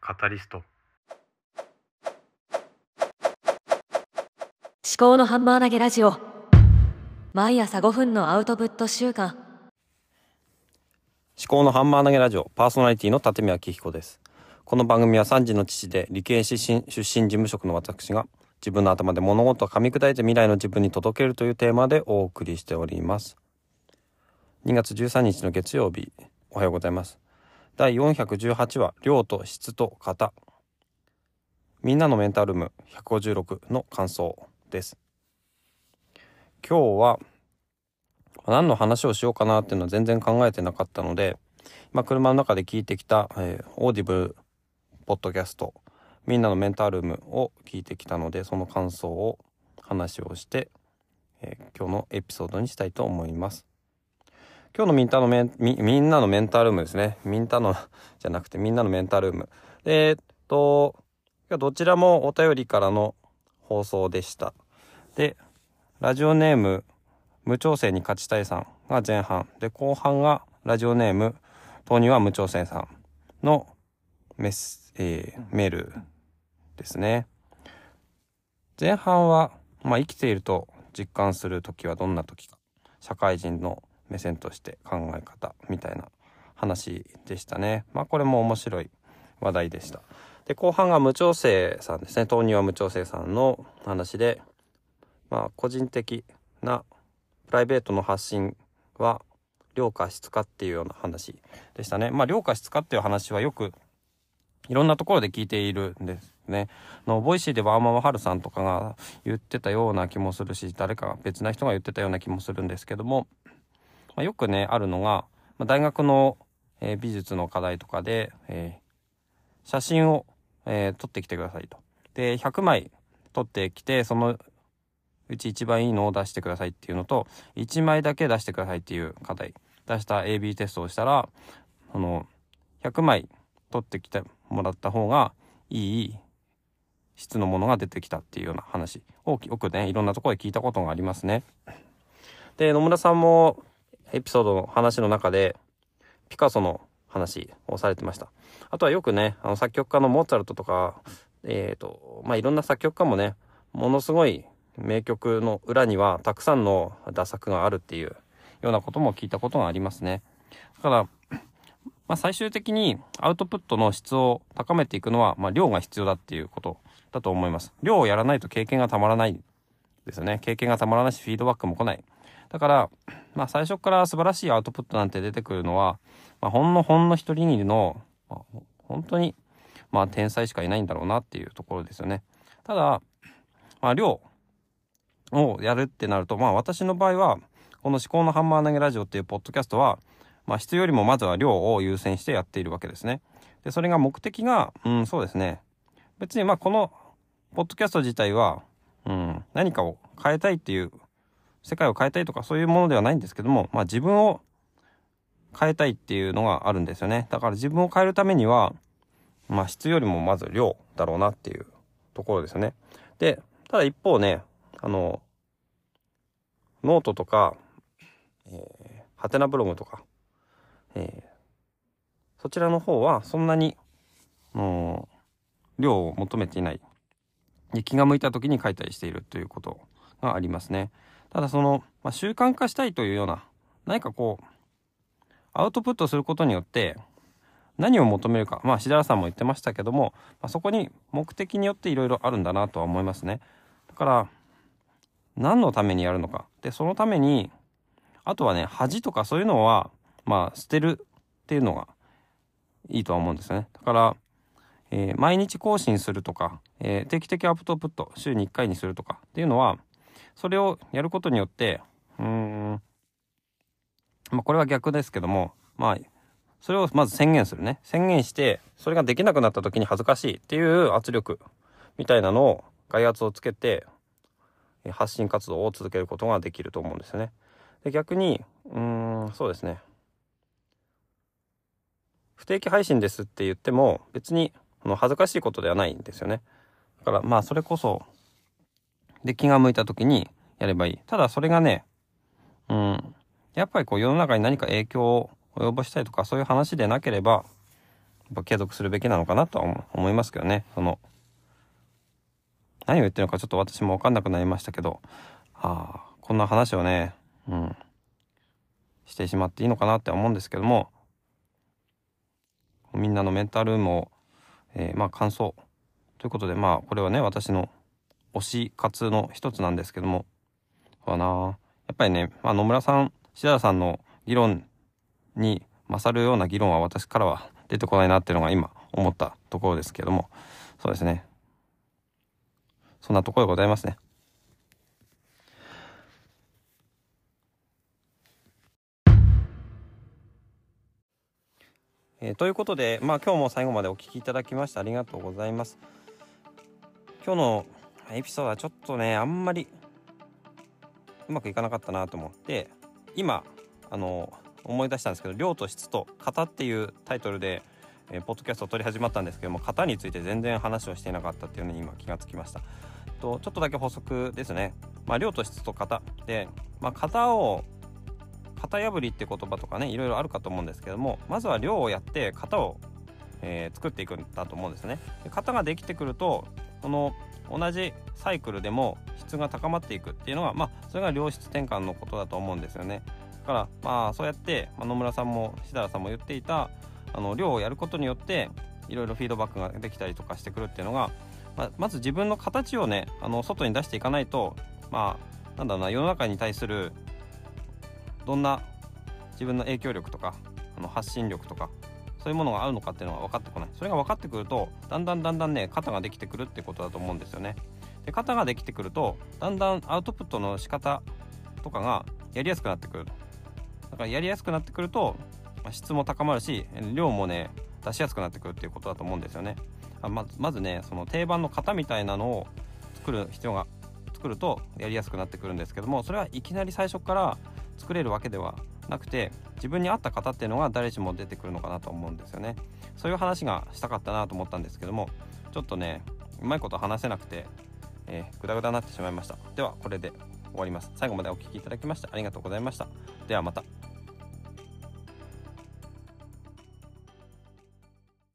カタリスト。 思考のハンマー投げラジオ。毎朝5分のアウトプット週間。 思考のハンマー投げラジオパーソナリティの立見明彦です。この番組は3児の父で理系出身事務職の私が自分の頭で物事を噛み砕いて未来の自分に届けるというテーマでお送りしております。2月13日の月曜日、おはようございます。第418話、量と質と型。みんなのメンタルーム156の感想です。今日は何の話をしようかなっていうのは全然考えてなかったので、車の中で聞いてきた、オーディブルポッドキャストみんなのメンタルームを聞いてきたので、その感想を話をして、今日のエピソードにしたいと思います。今日のみんなのメンタルームですね。みんなのじゃなくてみんなのメンタルームで、どちらもお便りからの放送でした。で、ラジオネーム無調整に勝ちたいさんが前半で、後半がラジオネーム豆乳は無調整さんのメールですね。前半は、生きていると実感する時はどんな時か、社会人の目線として考え方みたいな話でしたね。これも面白い話題でした。で、後半が無調整さんですね。豆乳は無調整さんの話で、個人的なプライベートの発信は量か質かっていうような話でしたね。量か質かっていう話はよくいろんなところで聞いているんですね。ボイシーでは天間春さんとかが言ってたような気もするし、誰か別な人が言ってたような気もするんですけども、よくねあるのが、大学の、美術の課題とかで、写真を、撮ってきてくださいと。で、100枚撮ってきて、そのうち一番いいのを出してくださいっていうのと、1枚だけ出してくださいっていう課題出した AB テストをしたら、100枚撮ってきてもらった方がいい質のものが出てきたっていうような話をよくねいろんなところで聞いたことがありますね。で、野村さんもエピソードの話の中でピカソの話をされてました。あとはよくね作曲家のモーツァルトとかいろんな作曲家もね、ものすごい名曲の裏にはたくさんの駄作があるっていうようなことも聞いたことがありますね。だから最終的にアウトプットの質を高めていくのは、量が必要だっていうことだと思います。量をやらないと経験がたまらないですよね。経験がたまらないし、フィードバックも来ない。だから、最初から素晴らしいアウトプットなんて出てくるのは、ほんの一握りの、本当に、天才しかいないんだろうなっていうところですよね。ただ、量をやるってなると、私の場合は、この思考のハンマー投げラジオっていうポッドキャストは、質よりもまずは量を優先してやっているわけですね。で、それが目的が、そうですね。別にこのポッドキャスト自体は、何かを変えたいっていう、世界を変えたいとかそういうものではないんですけども、自分を変えたいっていうのがあるんですよね。だから自分を変えるためには、質よりもまず量だろうなっていうところですよね。で、ただ一方ね、ノートとか、ハテナブログとか、そちらの方はそんなに量を求めていない。気が向いた時に書いたりしているということがありますね。ただ習慣化したいというような、何かアウトプットすることによって何を求めるか、志田さんも言ってましたけども、そこに目的によっていろいろあるんだなとは思いますね。だから何のためにやるのか。で、そのためにあとはね、恥とかそういうのは捨てるっていうのがいいとは思うんですね。だから、毎日更新するとか、定期的アウトプット週に1回にするとかっていうのは、それをやることによってこれは逆ですけども、それをまず宣言するね。宣言して、それができなくなった時に恥ずかしいっていう圧力みたいなのを、外圧をつけて発信活動を続けることができると思うんですよね。で、逆にそうですね、不定期配信ですって言っても別に恥ずかしいことではないんですよね。だからそれこそで気が向いた時にやればいい。ただそれがね、やっぱり世の中に何か影響を及ぼしたいとかそういう話でなければぱ継続するべきなのかなとは思いますけどね。何を言ってるのかちょっと私も分かんなくなりましたけど、こんな話をね、してしまっていいのかなって思うんですけども、みんなのメンタルも、感想ということで、これはね私の推し活の一つなんですけども、やっぱりね、野村さん、志田さんの議論に勝るような議論は私からは出てこないなっていうのが今思ったところですけども、そうですね、そんなところでございますね。ということで、今日も最後までお聞きいただきましてありがとうございます。今日のエピソードはちょっとねあんまりうまくいかなかったなと思って、今思い出したんですけど、量と質と型っていうタイトルで、ポッドキャストを撮り始まったんですけども、型について全然話をしていなかったっていうのに今気がつきました。ちょっとだけ補足ですね。量と質と型で、型破りって言葉とかねいろいろあるかと思うんですけども、まずは量をやって型を、作っていくんだと思うんですね。で型ができてくると、この同じサイクルでも質が高まっていくっていうのが、それが量質転換のことだと思うんですよね。だからそうやって、野村さんも志田さんも言っていた量をやることによっていろいろフィードバックができたりとかしてくるっていうのが、まず自分の形をね外に出していかないと、世の中に対するどんな自分の影響力とか発信力とかそういうものがあるのかっていうのが分かってこない。それが分かってくるとだんだんね型ができてくるってことだと思うんですよね。で型ができてくるとだんだんアウトプットの仕方とかがやりやすくなってくる。だからやりやすくなってくると、質も高まるし量もね出しやすくなってくるっていうことだと思うんですよね。まずねその定番の型みたいなのを作るとやりやすくなってくるんですけども、それはいきなり最初から作れるわけではなくて、自分に合った型っていうのが誰しも出てくるのかなと思うんですよね。そういう話がしたかったなと思ったんですけども、ちょっとねうまいこと話せなくて、グダグダになってしまいました。ではこれで終わります。最後までお聞きいただきましてありがとうございました。ではまた。